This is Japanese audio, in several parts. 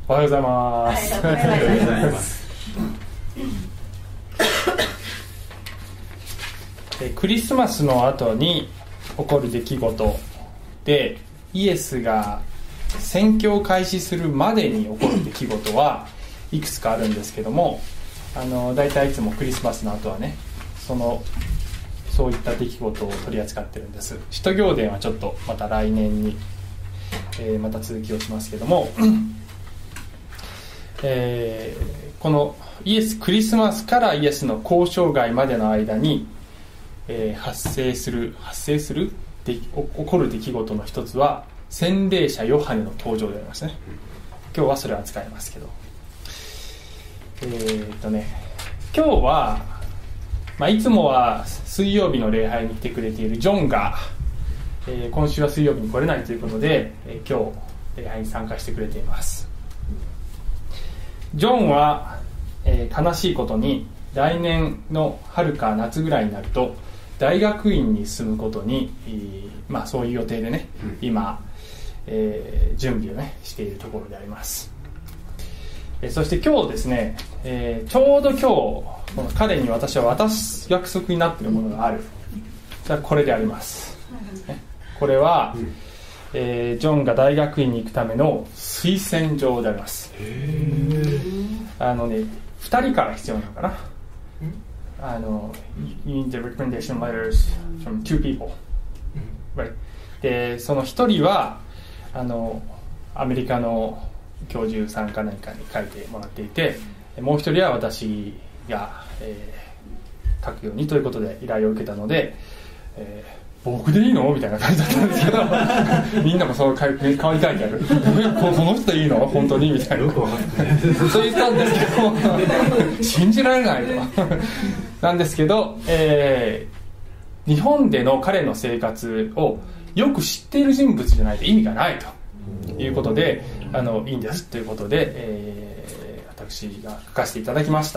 おはようございます。 おはようございます。 クリスマスの後に起こる出来事で、イエスが宣教を開始するまでに起こる出来事はいくつかあるんですけども、だいたいいつもクリスマスの後はね、そういった出来事を取り扱ってるんです。使徒行伝はちょっとまた来年に、また続きをしますけども、このクリスマスからイエスの交渉外までの間に、発生する起こる出来事の一つは洗礼者ヨハネの登場でありますね。今日はそれを扱いますけど、今日は、いつもは水曜日の礼拝に来てくれているジョンが、今週は水曜日に来れないということで、今日礼拝に参加してくれています。ジョンは、悲しいことに来年の春か夏ぐらいになると大学院に進むことに、そういう予定でね、今、準備をねしているところであります。そして今日ですね、ちょうど今日この彼に私は渡す約束になっているものがある。これであります。これは、ジョンが大学院に行くための推薦状であります。2人から必要なのかな。You need the recommendation letters from two people、right? でその一人はアメリカの教授さんか何かに書いてもらっていて、もう一人は私が、書くようにということで依頼を受けたので、僕でいいのみたいな感じだったんですけどみんなもそう顔に書いてあるこの人いいの本当にみたいなそう言ったんですけど信じられないとなんですけど、日本での彼の生活をよく知っている人物じゃないと意味がないということで、いいんですということで、私が書かせていただきました。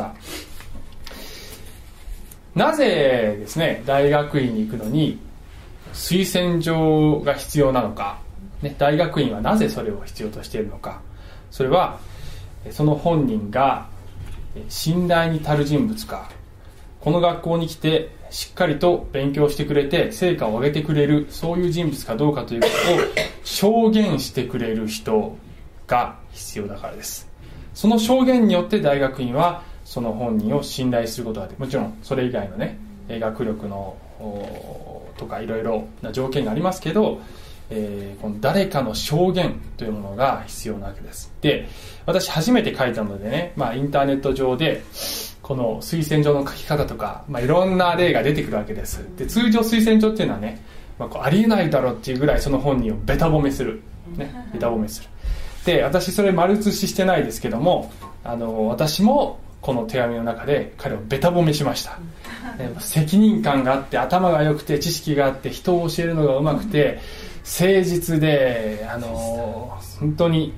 なぜですね、大学院に行くのに推薦状が必要なのか、大学院はなぜそれを必要としているのか。それはその本人が信頼に足る人物か、この学校に来てしっかりと勉強してくれて成果を上げてくれる、そういう人物かどうかということを証言してくれる人が必要だからです。その証言によって大学院はその本人を信頼することができる。もちろんそれ以外のね、学力のとかいろいろな条件がありますけど、この誰かの証言というものが必要なわけです。で、私初めて書いたのでね、インターネット上でこの推薦状の書き方とか、いろんな例が出てくるわけです。で、通常推薦状っていうのはね、ありえないだろうっていうぐらいその本人をベタ褒めする、ベタ褒めする。で、私それ丸写ししてないですけども、私もこの手紙の中で彼をベタ褒めしました。責任感があって、頭が良くて、知識があって、人を教えるのがうまくて、誠実で、本当に、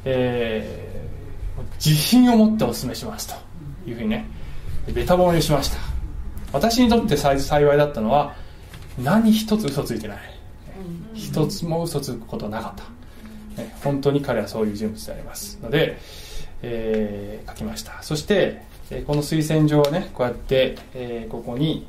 自信を持ってお勧めしますというふうにね、ベタ褒めしました。私にとって幸いだったのは、何一つ嘘ついてない。一つも嘘つくことなかった。本当に彼はそういう人物でありますので、書きました。そしてこの推薦状をね、こうやって、ここに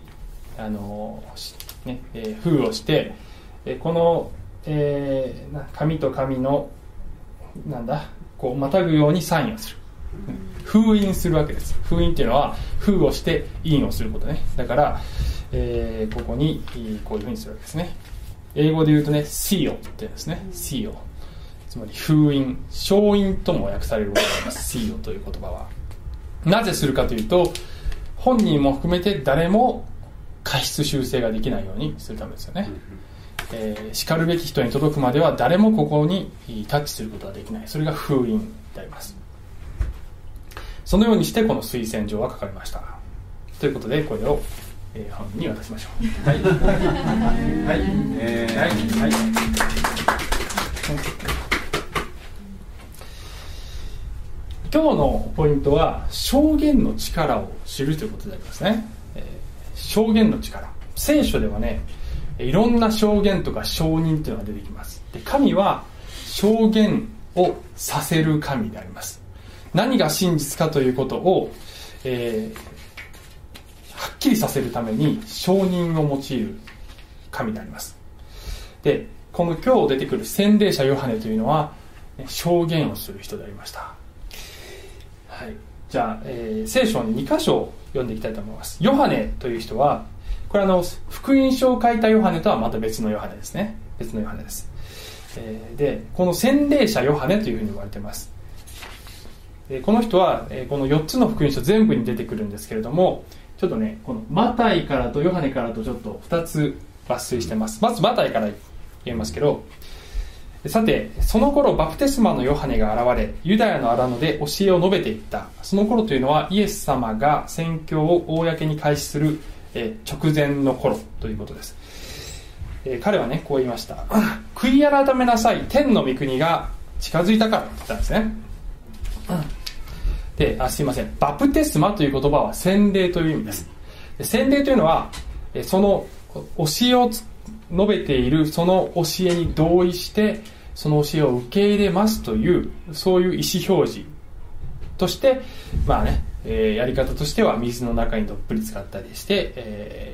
封をして、この、紙と紙のこうまたぐようにサインをする。封印するわけです。封印っていうのは封をして印をすることね。だから、ここにこういうふうにするわけですね。英語で言うとね、seal って言うんですね。seal、つまり封印、掌印とも訳されることがあります。seal という言葉はなぜするかというと、本人も含めて誰も過失修正ができないようにするためですよね。叱るべき人に届くまでは誰もここにタッチすることができない。それが封印であります。そのようにしてこの推薦状は書かれました。ということで、これを、本人に渡しましょう。はいはいはいはい。今日のポイントは証言の力を知るということでありますね。証言の力、聖書ではね、いろんな証言とか証人というのが出てきます。で、神は証言をさせる神であります。何が真実かということを、はっきりさせるために証人を用いる神であります。で、この今日出てくる洗礼者ヨハネというのは、証言をする人でありました。はい、じゃあ、聖書に2箇所読んでいきたいと思います。ヨハネという人は、これ福音書を書いたヨハネとはまた別のヨハネですね。別のヨハネです。で、この洗礼者ヨハネというふうに言われています。この人はこの4つの福音書全部に出てくるんですけれども、ちょっとね、このマタイからとヨハネからとちょっと2つ抜粋してます。まずマタイから言いますけど、さてその頃バプテスマのヨハネが現れ、ユダヤの荒野で教えを述べていった。その頃というのはイエス様が宣教を公に開始する直前の頃ということです。彼はね、こう言いました。悔い改めなさい、天の御国が近づいたからと言ったんですね。すいません、バプテスマという言葉は洗礼という意味です。洗礼というのはその教えを述べているその教えに同意してその教えを受け入れますという、そういう意思表示として、やり方としては水の中にどっぷり使ったりして、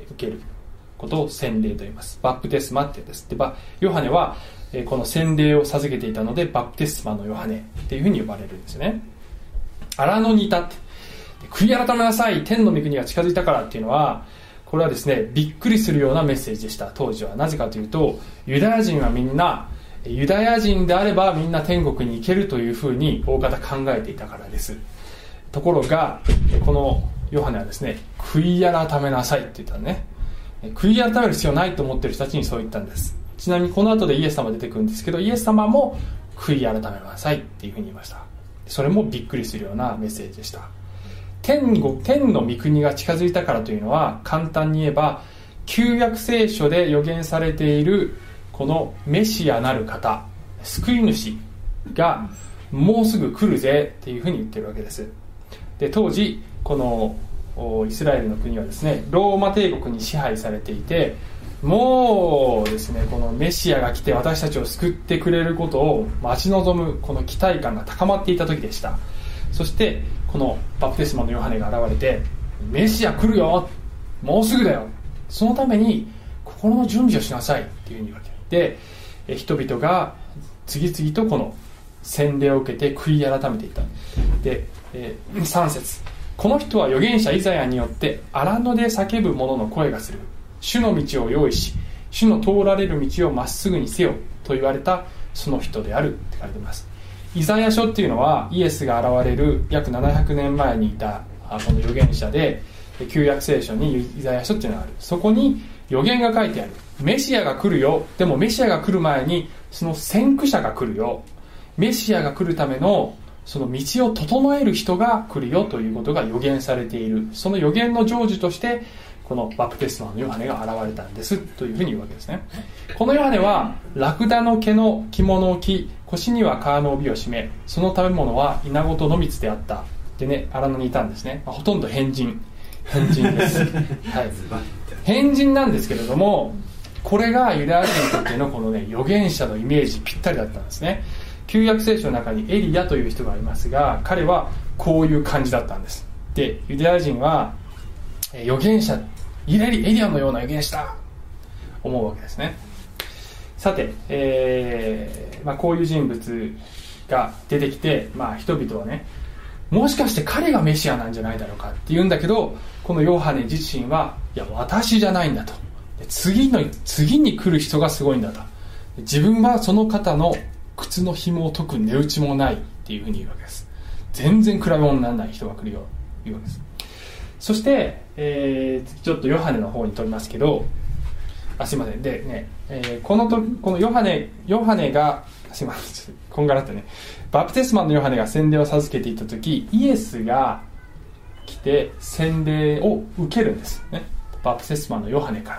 受けることを洗礼と言います。バプテスマって言うんです。で、ヨハネはこの洗礼を授けていたのでバプテスマのヨハネっていうふうに呼ばれるんですよね。荒野にいたって、悔い改めなさい、天の御国が近づいたからっていうのは、これはですね、びっくりするようなメッセージでした。当時は。なぜかというと、ユダヤ人はみんなユダヤ人であればみんな天国に行けるというふうに大方考えていたからです。ところがこのヨハネはですね、悔い改めなさいって言ったのね。悔い改める必要ないと思っている人たちにそう言ったんです。ちなみにこの後でイエス様出てくるんですけど、イエス様も悔い改めなさいっていうふうに言いました。それもびっくりするようなメッセージでした。天の御国が近づいたからというのは、簡単に言えば旧約聖書で予言されているこのメシアなる方、救い主がもうすぐ来るぜっていうふうに言ってるわけです。で、当時このイスラエルの国はですね、ローマ帝国に支配されていて、もうですね、このメシアが来て私たちを救ってくれることを待ち望むこの期待感が高まっていた時でした。そしてこのバプテスマのヨハネが現れて、メシア来るよ、もうすぐだよ、そのために心の準備をしなさいっていうふうに言われて、人々が次々とこの洗礼を受けて悔い改めていった。で、3節、この人は預言者イザヤによって荒野で叫ぶ者の声がする、主の道を用意し主の通られる道をまっすぐにせよと言われたその人であるって書いています。イザヤ書っていうのはイエスが現れる約700年前にいたこの預言者で、旧約聖書にイザヤ書っていうのがある。そこに預言が書いてある。メシアが来るよ。でもメシアが来る前にその先駆者が来るよ。メシアが来るためのその道を整える人が来るよということが予言されている。その予言の成就としてこのバプテスマのヨハネが現れたんですというふうに言うわけですね。このヨハネはラクダの毛の着物を着、腰には革の帯を締め、その食べ物は稲子と野蜜であった。でね、荒野にいたんですね。ほとんど変人です、はい、変人なんですけれども、これがユダヤ人にとってのこのね、預言者のイメージぴったりだったんですね。旧約聖書の中にエリヤという人がいますが、彼はこういう感じだったんです。で、ユダヤ人は預言者、エリアのような預言者だ思うわけですね。さて、こういう人物が出てきて、人々はね、もしかして彼がメシアなんじゃないだろうかって言うんだけど、このヨハネ自身は、いや私じゃないんだと、次に来る人がすごいんだと、自分はその方の靴の紐を解く値打ちもないっていうふうに言うわけです。全然比べ物にならない人が来るよというわけです。そして、ちょっとヨハネの方に飛びますけど、すいません。でね、このヨハネが、すいません、こんがらってね、バプテスマのヨハネが洗礼を授けていた時、イエスが来て洗礼を受けるんですね。バプテスマのヨハネから。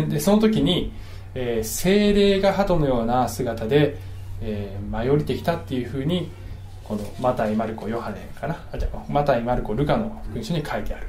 でその時に、聖霊が鳩のような姿で、舞い降りてきたっていうふうに、このマタイ、マルコ、ヨハネかな、マタイ、マルコ、ルカの福音書に書いてある。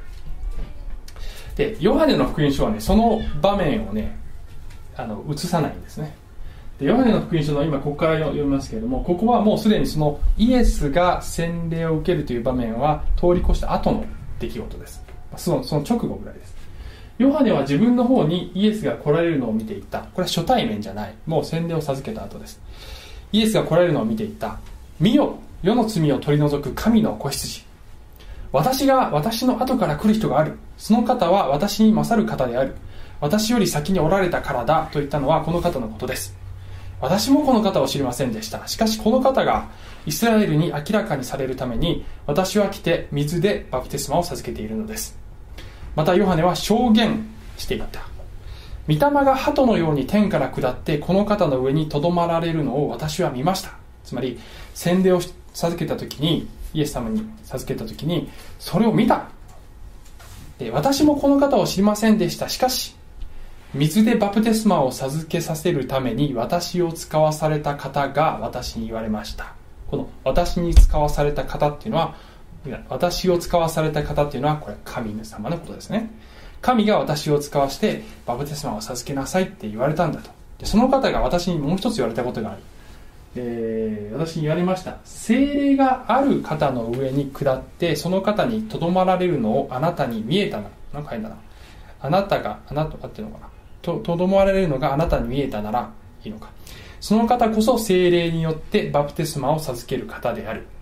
で、ヨハネの福音書はね、その場面をね、映さないんですね。 でヨハネの福音書の今ここから読みますけれども、ここはもうすでにそのイエスが洗礼を受けるという場面は通り越した後の出来事です。その直後ぐらいです。ヨハネは自分の方にイエスが来られるのを見ていった。これは初対面じゃない、もう洗礼を授けた後です。イエスが来られるのを見ていった。見よ、世の罪を取り除く神の子羊、私の後から来る人がある、その方は私に勝る方である、私より先におられたからだと言ったのはこの方のことです。私もこの方を知りませんでした。しかしこの方がイスラエルに明らかにされるために私は来て水でバプテスマを授けているのです。またヨハネは証言していった。御霊が鳩のように天から下ってこの方の上にとどまられるのを私は見ました。つまり洗礼を授けた時に、イエス様に授けた時にそれを見た。で、私もこの方を知りませんでした。しかし水でバプテスマを授けさせるために私を使わされた方が私に言われました。この私に使わされた方っていうのは、私を使わされた方っていうのはこれ神様のことですね。神が私を使わしてバプテスマを授けなさいって言われたんだと。でその方が私にもう一つ言われたことがある。私に言われました。聖霊がある方の上に下ってその方にとどまられるのをあなたに見えたな。なんか変だな。あなた合ってるのかな。とどまられるのがあなたに見えたならいいのか。その方こそ聖霊によってバプテスマを授ける方である。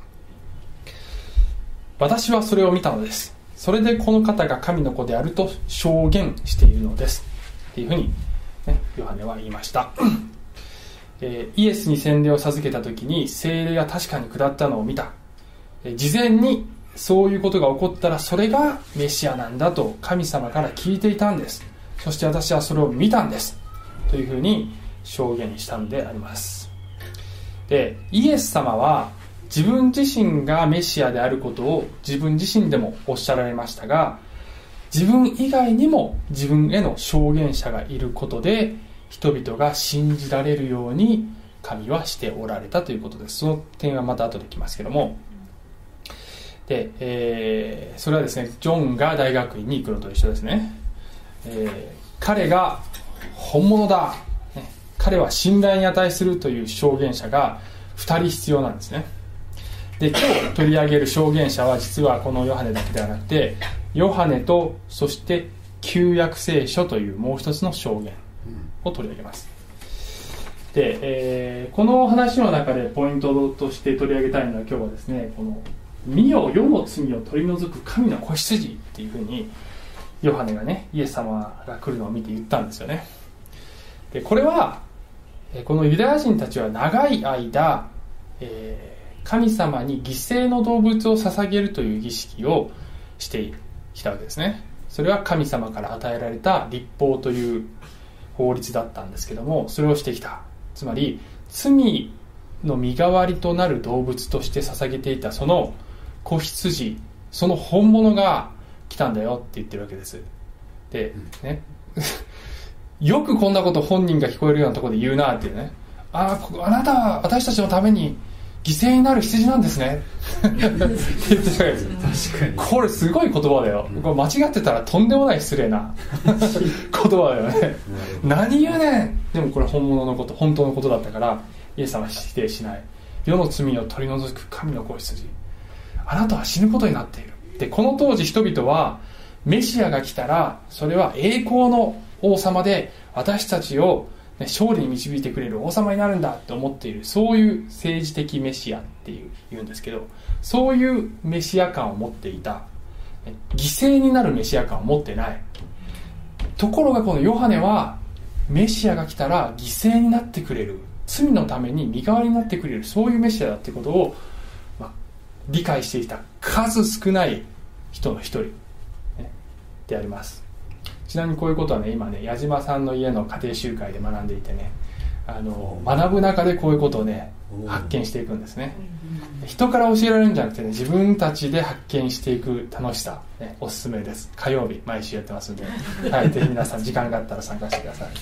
私はそれを見たのです。それでこの方が神の子であると証言しているのですっていうふうに、ヨハネは言いました。イエスに洗礼を授けた時に聖霊が確かに下ったのを見た。事前にそういうことが起こったらそれがメシアなんだと神様から聞いていたんです。そして私はそれを見たんですというふうに証言したのであります。で、イエス様は自分自身がメシアであることを自分自身でもおっしゃられましたが、自分以外にも自分への証言者がいることで人々が信じられるように神はしておられたということです。その点はまた後で来ますけども、で、それはですね、ジョンが大学院に行くのと一緒ですね。彼が本物だ、彼は信頼に値するという証言者が2人必要なんですね。で、今日取り上げる証言者は実はこのヨハネだけではなくて、ヨハネとそして旧約聖書というもう一つの証言を取り上げます。で、この話の中でポイントとして取り上げたいのは今日はですね、この見よ世の罪を取り除く神の子羊っていうふうにヨハネがね、イエス様が来るのを見て言ったんですよね。で、これはこのユダヤ人たちは長い間、神様に犠牲の動物を捧げるという儀式をしてきたわけですね。それは神様から与えられた律法という法律だったんですけども、それをしてきた。つまり罪の身代わりとなる動物として捧げていたその子羊、その本物が来たんだよって言ってるわけです。でねよくこんなこと本人が聞こえるようなところで言うなっていうね、あなたは私たちのために犠牲になる羊なんですねって言ってるわけです。確かにこれすごい言葉だよ。これ間違ってたらとんでもない失礼な言葉だよね何言うねん。でもこれ本物のこと、本当のことだったからイエス様は否定しない。世の罪を取り除く神の子羊、あなたは死ぬことになっている。で、この当時人々はメシアが来たらそれは栄光の王様で私たちを勝利に導いてくれる王様になるんだって思っている、そういう政治的メシアって言うんですけど、そういうメシア感を持っていた、犠牲になるメシア感を持ってない。ところがこのヨハネはメシアが来たら犠牲になってくれる、罪のために身代わりになってくれる、そういうメシアだってことを、理解していた数少ない人の一人、であります。ちなみにこういうことはね、今ね、矢島さんの家の家庭集会で学んでいてね、学ぶ中でこういうことをね発見していくんですね。人から教えられるんじゃなくてね、自分たちで発見していく楽しさ、ね、おすすめです。火曜日毎週やってますんで、はい、ぜひ皆さん時間があったら参加してください。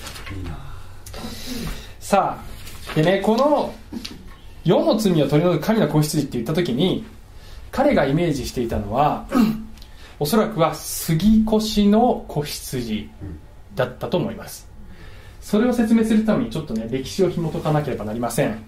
さあでね、この世の罪を取り除く神の子羊って言った時に彼がイメージしていたのはおそらくは杉越の子羊だったと思います。 それを説明するためにちょっとね歴史を紐解かなければなりません。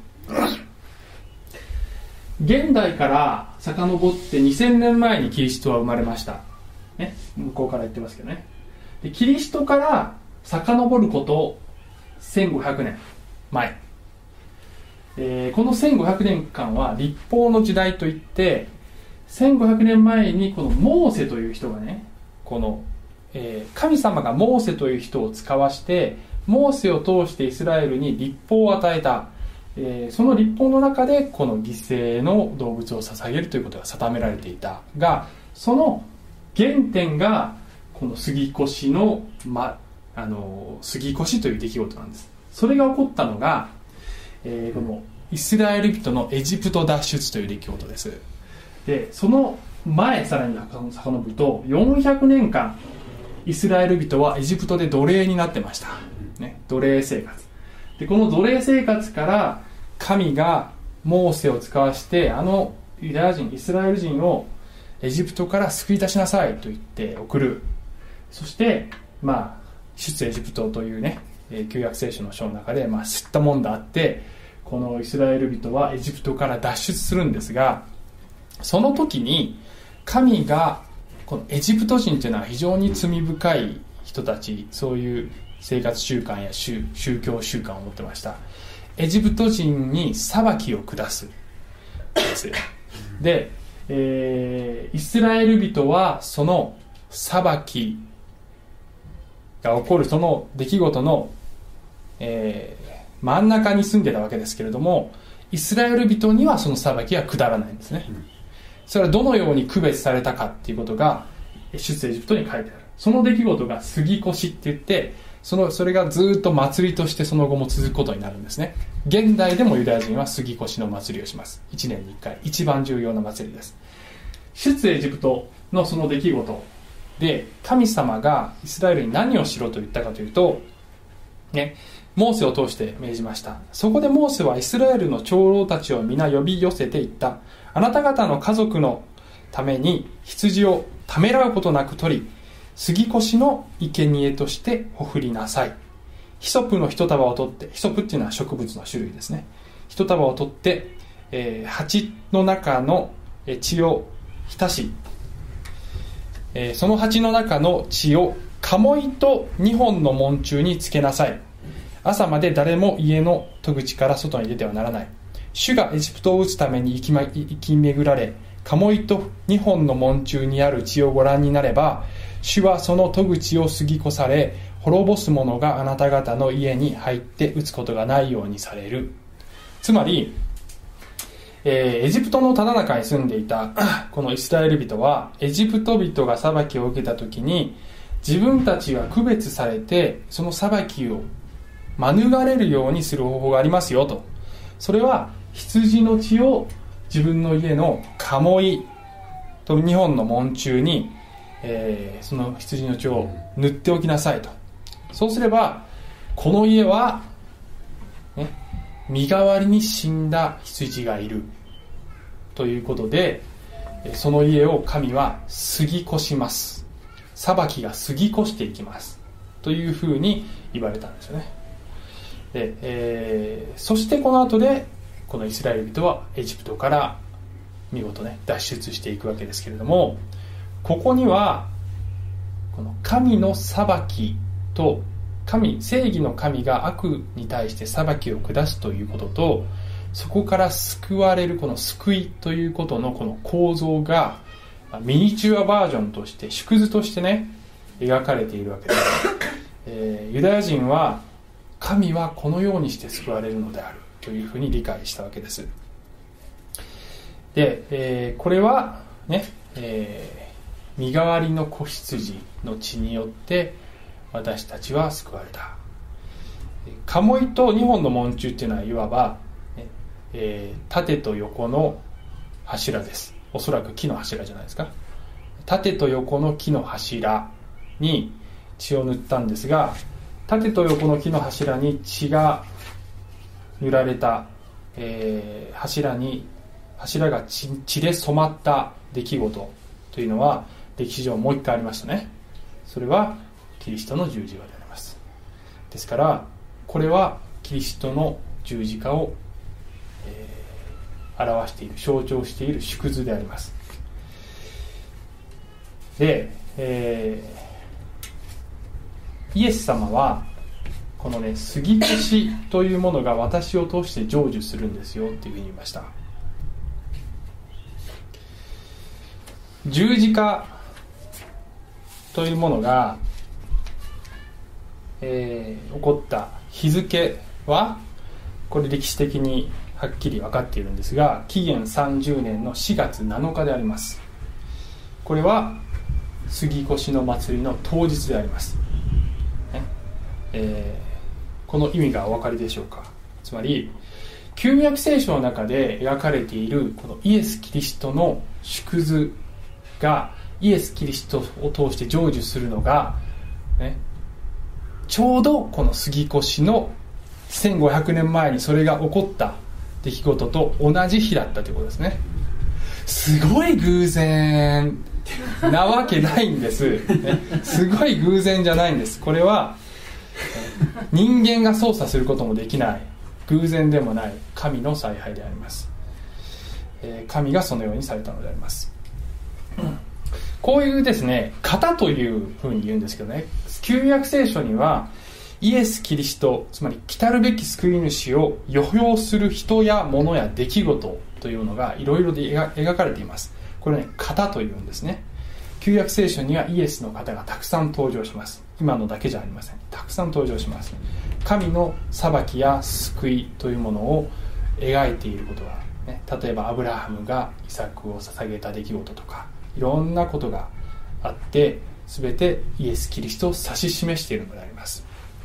現代から遡って2000年前にキリストは生まれました、ね、向こうから言ってますけどね。でキリストから遡ること1500年前、この1500年間は立法の時代といって、1500年前にこのモーセという人がね、この、神様がモーセという人を使わして、モーセを通してイスラエルに律法を与えた、その律法の中でこの犠牲の動物を捧げるということが定められていたが、その原点がこの杉越の、杉越という出来事なんです。それが起こったのが、このイスラエル人のエジプト脱出という出来事です。でその前さらに遡ると400年間イスラエル人はエジプトで奴隷になってました、ね、奴隷生活で、この奴隷生活から神がモーセを使わしてユダヤ人イスラエル人をエジプトから救い出しなさいと言って送る。そして出エジプトというね旧約聖書の書の中で知ったもんだあって、このイスラエル人はエジプトから脱出するんですが、その時に神がこのエジプト人というのは非常に罪深い人たち、そういう生活習慣や宗教習慣を持ってました。エジプト人に裁きを下すですよ。で、イスラエル人はその裁きが起こるその出来事の、真ん中に住んでたわけですけれども、イスラエル人にはその裁きは下らないんですね。それはどのように区別されたかっていうことが出エジプトに書いてある。その出来事が杉越って言って、それがずっと祭りとしてその後も続くことになるんですね。現代でもユダヤ人は杉越の祭りをします。1年に1回一番重要な祭りです。出エジプトのその出来事で、神様がイスラエルに何をしろと言ったかというと、ね、モーセを通して命じました。そこでモーセはイスラエルの長老たちを皆呼び寄せていった。あなた方の家族のために羊をためらうことなく取り、杉越の生贄としてほふりなさい。ヒソプの一束を取って、ヒソプっていうのは植物の種類ですね。一束を取って、鉢の中の血を浸し、その鉢の中の血を鴨居と2本の門柱につけなさい。朝まで誰も家の戸口から外に出てはならない。主がエジプトを打つために行き巡られ、鴨居と2本の門柱にある血をご覧になれば、主はその戸口を過ぎ越され、滅ぼす者があなた方の家に入って打つことがないようにされる。つまり、エジプトのただ中に住んでいたこのイスラエル人は、エジプト人が裁きを受けた時に自分たちが区別されて、その裁きを免れるようにする方法がありますよと。それは羊の血を自分の家の鴨居と2本の門柱に、その羊の血を塗っておきなさいと。そうすればこの家は、ね、身代わりに死んだ羊がいるということで、その家を神は過ぎ越します。裁きが過ぎ越していきますというふうに言われたんですよね。で、そしてこの後でこのイスラエル人はエジプトから見事ね脱出していくわけですけれども、ここにはこの神の裁きと正義の神が悪に対して裁きを下すということと、そこから救われるこの救いということのこの構造がミニチュアバージョンとして縮図としてね描かれているわけです。ユダヤ人は神はこのようにして救われるのであるというふうに理解したわけです。で、これはね、身代わりの子羊の血によって私たちは救われた。鴨居と2本の門柱っていうのはいわば、縦と横の柱です。おそらく木の柱じゃないですか。縦と横の木の柱に血を塗ったんですが、縦と横の木の柱に血が塗られた、柱が血で染まった出来事というのは歴史上もう一回ありましたね。それはキリストの十字架であります。ですからこれはキリストの十字架を、表している、象徴している縮図であります。で、イエス様はこのね、杉越というものが私を通して成就するんですよっていうふうに言いました。十字架というものが、起こった日付はこれ歴史的にはっきり分かっているんですが、紀元30年の4月7日であります。これは杉越の祭りの当日であります、この意味がお分かりでしょうか。つまり旧約聖書の中で描かれているこのイエス・キリストの縮図がイエス・キリストを通して成就するのが、ちょうどこの杉越の1500年前にそれが起こった出来事と同じ日だったということですね。すごい偶然なわけないんです、すごい偶然じゃないんです。これは人間が操作することもできない、偶然でもない神の采配であります。神がそのようにされたのであります。こういうですね、型というふうに言うんですけどね、旧約聖書にはイエス・キリスト、つまり来たるべき救い主を予表する人や物や出来事というのがいろいろで描かれています。これね、型というんですね。旧約聖書にはイエスの型がたくさん登場します。今のだけじゃありません。たくさん登場します。神の裁きや救いというものを描いていることが、例えばアブラハムがイサクを捧げた出来事とか、いろんなことがあって、全てイエス・キリストを指し示しているのであります。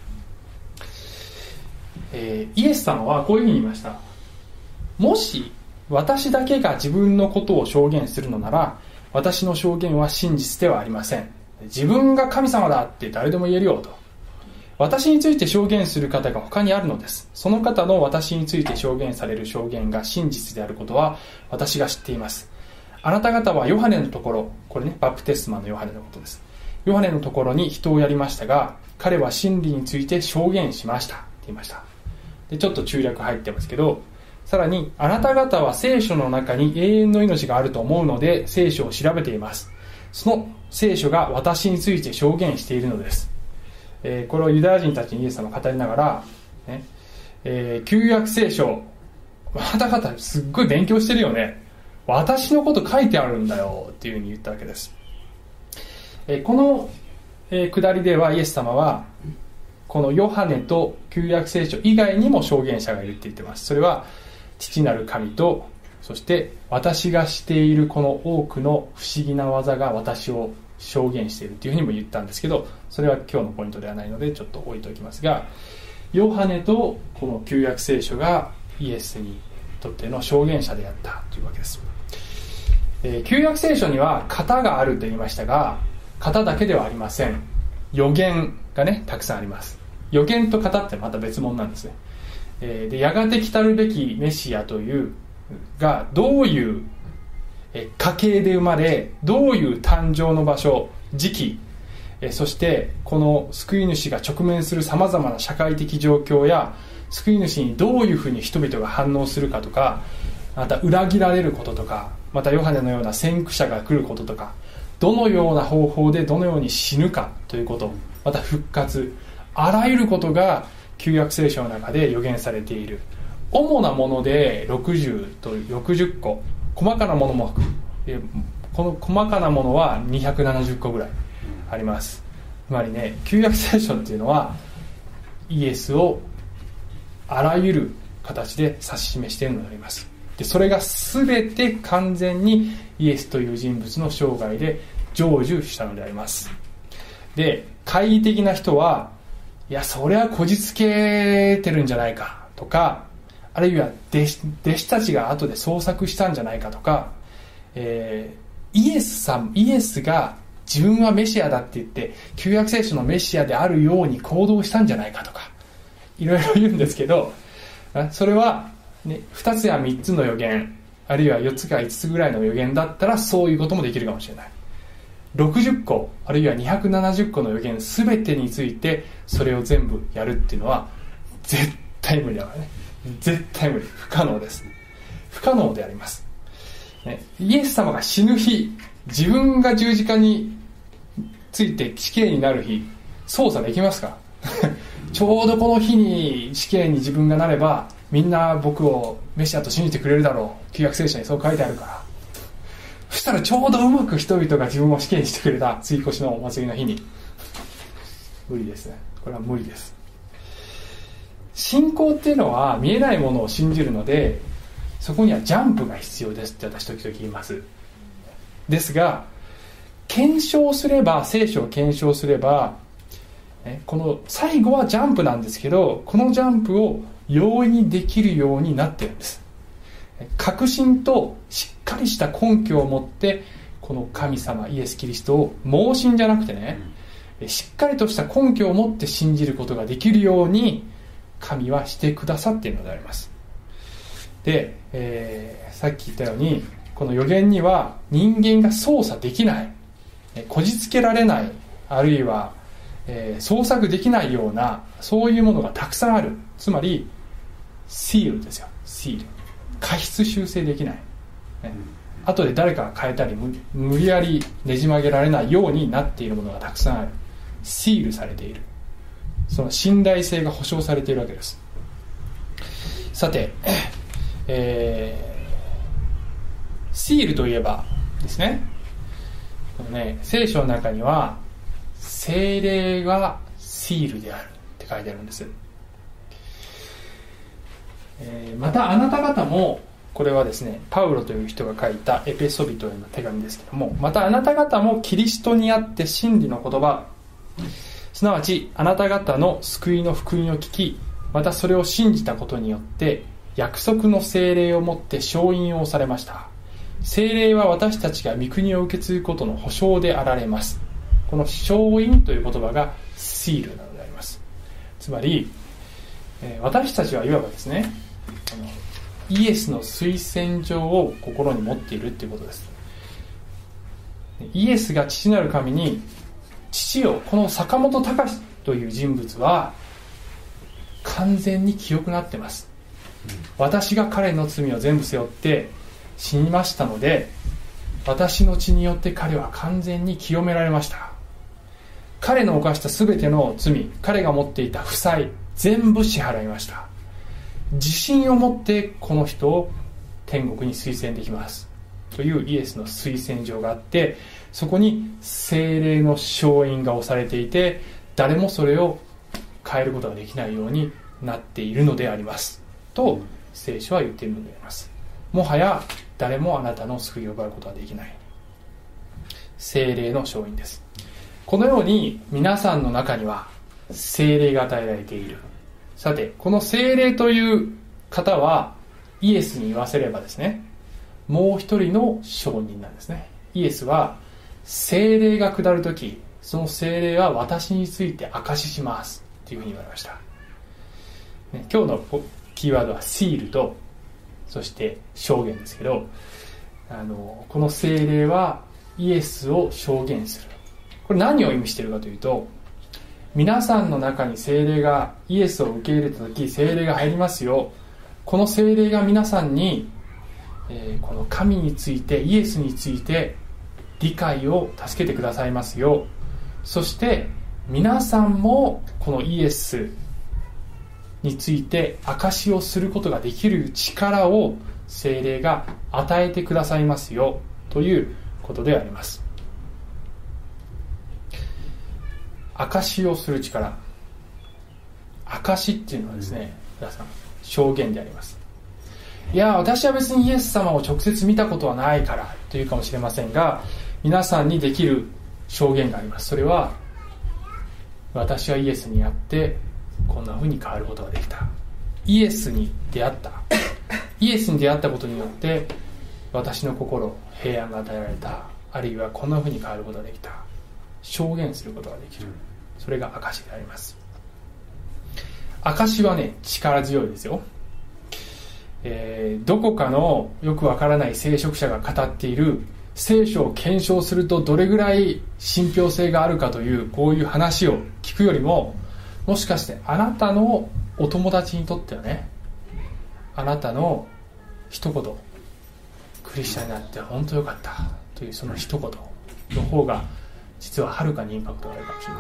イエス様はこういうふうに言いました。もし私だけが自分のことを証言するのなら、私の証言は真実ではありません。自分が神様だって誰でも言えるよと。私について証言する方が他にあるのです。その方の私について証言される証言が真実であることは私が知っています。あなた方はヨハネのところ、これね、バプテスマのヨハネのことです。ヨハネのところに人をやりましたが、彼は真理について証言しましたって言いました。でちょっと中略入ってますけど、さらにあなた方は聖書の中に永遠の命があると思うので聖書を調べています。その聖書が私について証言しているのです。これをユダヤ人たちにイエス様が語りながら、旧約聖書あなた方すっごい勉強してるよね、私のこと書いてあるんだよっていうふうに言ったわけです。この下りではイエス様はこのヨハネと旧約聖書以外にも証言者がいるって言ってます。それは父なる神と、そして私がしているこの多くの不思議な技が私を証言しているっていうふうにも言ったんですけど、それは今日のポイントではないのでちょっと置いておきますが、ヨハネとこの旧約聖書がイエスにとっての証言者であったというわけです。旧約聖書には型があると言いましたが、型だけではありません。予言がね、たくさんあります。予言と型ってまた別物なんですね。でやがて来たるべきメシアというがどういう家系で生まれ、どういう誕生の場所、時期、そしてこの救い主が直面するさまざまな社会的状況や、救い主にどういうふうに人々が反応するかとか、また裏切られることとか、またヨハネのような先駆者が来ることとか、どのような方法でどのように死ぬかということ、また復活、あらゆることが旧約聖書の中で予言されている。主なもので60と60個、細かなものもこの細かなものは270個ぐらいあります。つまりね、旧約聖書っていうのはイエスをあらゆる形で指し示しているのであります。でそれが全て完全にイエスという人物の生涯で成就したのであります。で懐疑的な人は、いやそれはこじつけてるんじゃないかとか、あるいは弟子たちが後で創作したんじゃないかとか、イエスが自分はメシアだって言って旧約聖書のメシアであるように行動したんじゃないかとか、いろいろ言うんですけど、それは、ね、2つや3つの予言、あるいは4つか5つぐらいの予言だったらそういうこともできるかもしれない。60個あるいは270個の予言全てについてそれを全部やるっていうのは絶対無理だからね。絶対無理。不可能です。不可能であります、ね、イエス様が死ぬ日、自分が十字架について死刑になる日、操作できますかちょうどこの日に死刑に自分がなればみんな僕をメシアと信じてくれるだろう、旧約聖書にそう書いてあるから。そしたらちょうどうまく人々が自分を死刑にしてくれた追越のお祭りの日に。無理ですね。これは無理です。信仰っていうのは見えないものを信じるので、そこにはジャンプが必要ですって私時々言います。ですが検証すれば、聖書を検証すれば、この最後はジャンプなんですけど、このジャンプを容易にできるようになっているんです。確信としっかりした根拠を持ってこの神様イエス・キリストを盲信じゃなくてね、しっかりとした根拠を持って信じることができるように神はしてくださっているのであります。で、さっき言ったようにこの預言には人間が操作できない、こじつけられない、あるいは、創作できないようなそういうものがたくさんある。つまりシールですよ。シール、過失修正できない、後で誰かが変えたり無理やりねじ曲げられないようになっているものがたくさんある。シールされている、その信頼性が保証されているわけです。さて、シールといえばですね、このね、聖書の中には聖霊がシールであるって書いてあるんです。またあなた方も、これはですねパウロという人が書いたエペソビトへの手紙ですけども、またあなた方もキリストにあって真理の言葉、すなわちあなた方の救いの福音を聞き、またそれを信じたことによって約束の聖霊をもって承認をされました。聖霊は私たちが御国を受け継ぐことの保証であられます。この承認という言葉がシールなのであります。つまり、私たちはいわばですね、イエスの推薦状を心に持っているということです。イエスが父なる神に、父よ、この坂本隆という人物は完全に清くなってます、私が彼の罪を全部背負って死にましたので、私の血によって彼は完全に清められました。彼の犯した全ての罪、彼が持っていた負債全部支払いました。自信を持ってこの人を天国に推薦できますというイエスの推薦状があって、そこに聖霊の承印が押されていて、誰もそれを変えることができないようになっているのでありますと聖書は言っているのであります。もはや誰もあなたの救いを奪うことはできない聖霊の承印です。このように皆さんの中には聖霊が与えられている。さて、この聖霊という方はイエスに言わせればですね、もう一人の証人なんですね。イエスは聖霊が下るとき、その聖霊は私について証ししますというふうに言われました、ね、今日のキーワードはシールとそして証言ですけど、この聖霊はイエスを証言する。これ何を意味しているかというと、皆さんの中に聖霊が、イエスを受け入れた時聖霊が入りますよ。この聖霊が皆さんに、この神について、イエスについて理解を助けてくださいますよ。そして皆さんもこのイエスについて証しをすることができる力を聖霊が与えてくださいますよということであります。証しをする力、証しっていうのはですね、皆さん証言であります。いや、私は別にイエス様を直接見たことはないからというかもしれませんが、皆さんにできる証言があります。それは、私はイエスにあってこんな風に変わることができた。イエスに出会った。イエスに出会ったことによって私の心、平安が与えられた。あるいはこんな風に変わることができた。証言することができる。それが証しであります。証しはね、力強いですよ。どこかのよくわからない聖職者が語っている聖書を検証するとどれぐらい信憑性があるかというこういう話を聞くよりも、もしかしてあなたのお友達にとってはね、あなたの一言、クリスチャンになって本当よかったというその一言の方が実ははるかにインパクトがあるかもしれない。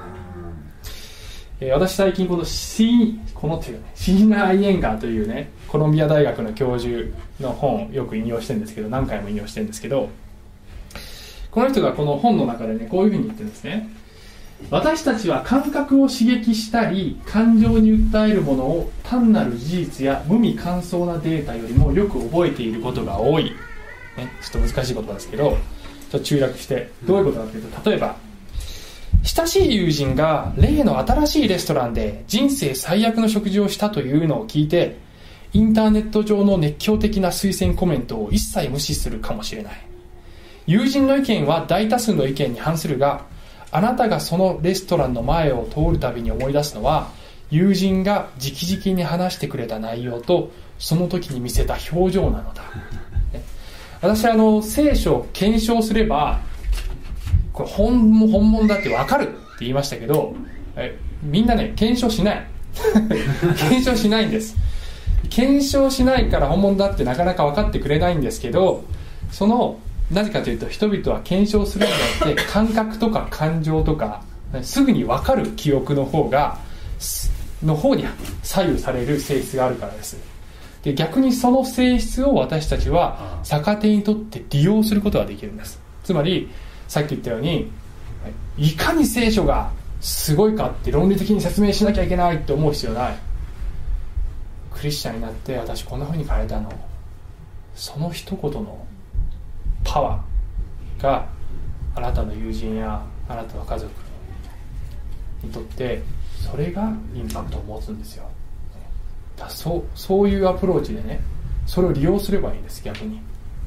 私最近このシーナ・アイエンガーというね、コロンビア大学の教授の本をよく引用してるんですけど、何回も引用してるんですけど、この人がこの本の中でね、こういうふうに言ってるんですね。私たちは感覚を刺激したり感情に訴えるものを単なる事実や無味乾燥なデータよりもよく覚えていることが多い、ね、ちょっと難しい言葉ですけど、ちょっと中略してどういうことかというと、例えば親しい友人が例の新しいレストランで人生最悪の食事をしたというのを聞いて、インターネット上の熱狂的な推薦コメントを一切無視するかもしれない。友人の意見は大多数の意見に反するが、あなたがそのレストランの前を通るたびに思い出すのは、友人が直々に話してくれた内容とその時に見せた表情なのだ。私は聖書を検証すればこれ本物だって分かるって言いましたけど、みんなね検証しない検証しないんです。検証しないから本物だってなかなか分かってくれないんですけど、なぜかというと、人々は検証するんだって感覚とか感情とかすぐに分かる記憶の方に左右される性質があるからです。で、逆にその性質を私たちは逆手にとって利用することができるんです。つまりさっき言ったように、いかに聖書がすごいかって論理的に説明しなきゃいけないって思う必要ない。クリスチャンになって私こんな風に変えたの、その一言のパワーがあなたの友人やあなたの家族にとってそれがインパクトを持つんですよ。そういうアプローチでね、それを利用すればいいんです。逆に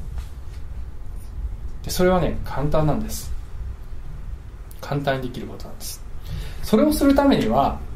で、それはね簡単なんです。簡単にできることなんです。それをするために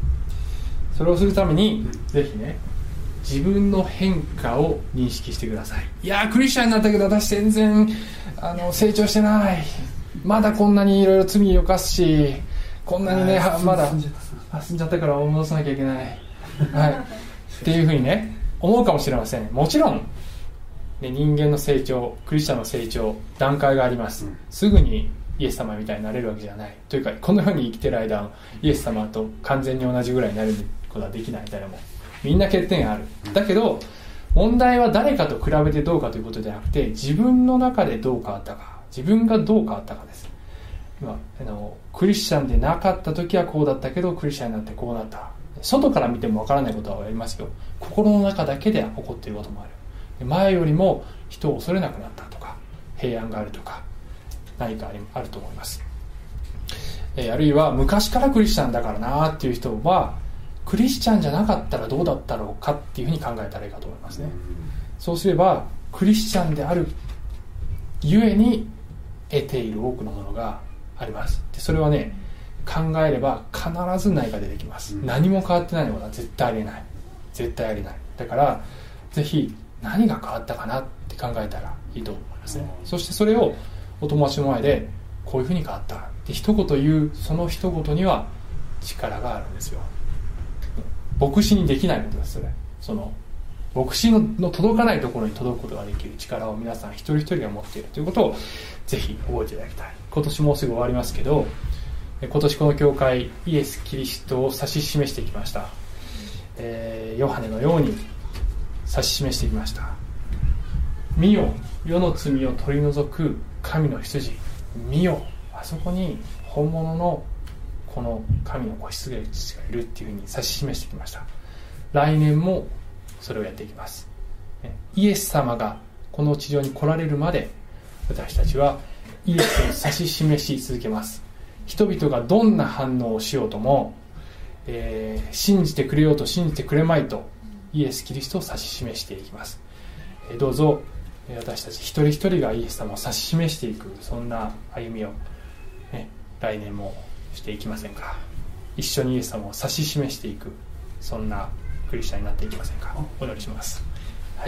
ぜひね、自分の変化を認識してください。いやー、クリスチャンになったけど私全然成長してない、まだこんなにいろいろ罪を犯すし、こんなにねまだ済んじゃったから戻さなきゃいけない、はい、っていうふうにね思うかもしれません。もちろん、ね、人間の成長、クリスチャンの成長、段階があります。すぐにイエス様みたいになれるわけじゃない。というか、この世に生きてる間イエス様と完全に同じぐらいになることはできない。誰もみんな欠点がある。だけど問題は誰かと比べてどうかということではなくて、自分の中でどう変わったか、自分がどう変わったかです。クリスチャンでなかった時はこうだったけどクリスチャンになってこうなった。外から見てもわからないことはありますよ。心の中だけで起こっていることもある。前よりも人を恐れなくなったとか、平安があるとか、何かあると思います。あるいは昔からクリスチャンだからなっていう人は、クリスチャンじゃなかったらどうだったろうかっていうふうに考えたらいいかと思いますね。そうすればクリスチャンであるゆえに得ている多くのものがあります。で、それはね、考えれば必ず何か出てきます。何も変わってないのは絶対ありえない。絶対ありえない。だからぜひ何が変わったかなって考えたらいいと思いますね。そしてそれをお友達の前でこういうふうに変わったって一言言う、その一言には力があるんですよ。牧師にできないことです。その牧師の届かないところに届くことができる力を皆さん一人一人が持っているということをぜひ覚えていただきたい。今年もうすぐ終わりますけど、今年この教会イエス・キリストを指し示してきました。ヨハネのように指し示してきました。見よ、世の罪を取り除く神の羊。見よ、あそこに本物のこの神の子羊がいるっていうふうに指し示してきました。来年もそれをやっていきます。イエス様がこの地上に来られるまで私たちはイエスを指し示し続けます。人々がどんな反応をしようとも、信じてくれようと信じてくれまいとイエス・キリストを指し示していきます。どうぞ私たち一人一人がイエス様を指し示していく、そんな歩みを、来年もしていきませんか。一緒にイエス様を指し示していく、そんなクリスチャンになっていきませんか。お祈りします。はい、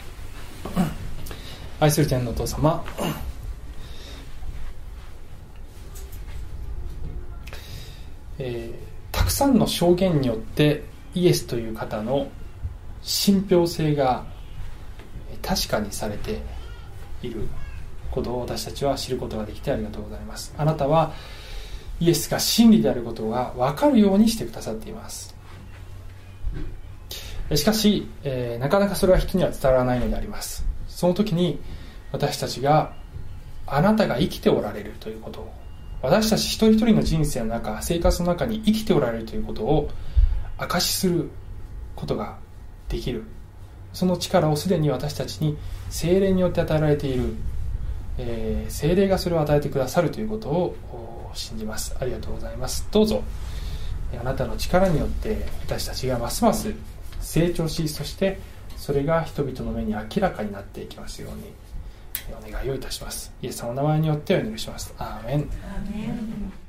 愛する天のお父様、たくさんの証言によってイエスという方の信憑性が確かにされていることを私たちは知ることができてありがとうございます。あなたはイエスが真理であることが分かるようにしてくださっています。しかし、なかなかそれは人には伝わらないのであります。その時に私たちがあなたが生きておられるということを、私たち一人一人の人生の中、生活の中に生きておられるということを証しすることができる。その力をすでに私たちに聖霊によって与えられている、聖霊がそれを与えてくださるということを信じます。ありがとうございます。どうぞあなたの力によって私たちがますます成長し、そしてそれが人々の目に明らかになっていきますようにお願いをいたします。イエス様の名前によってお祈りします。アーメン。 アーメン。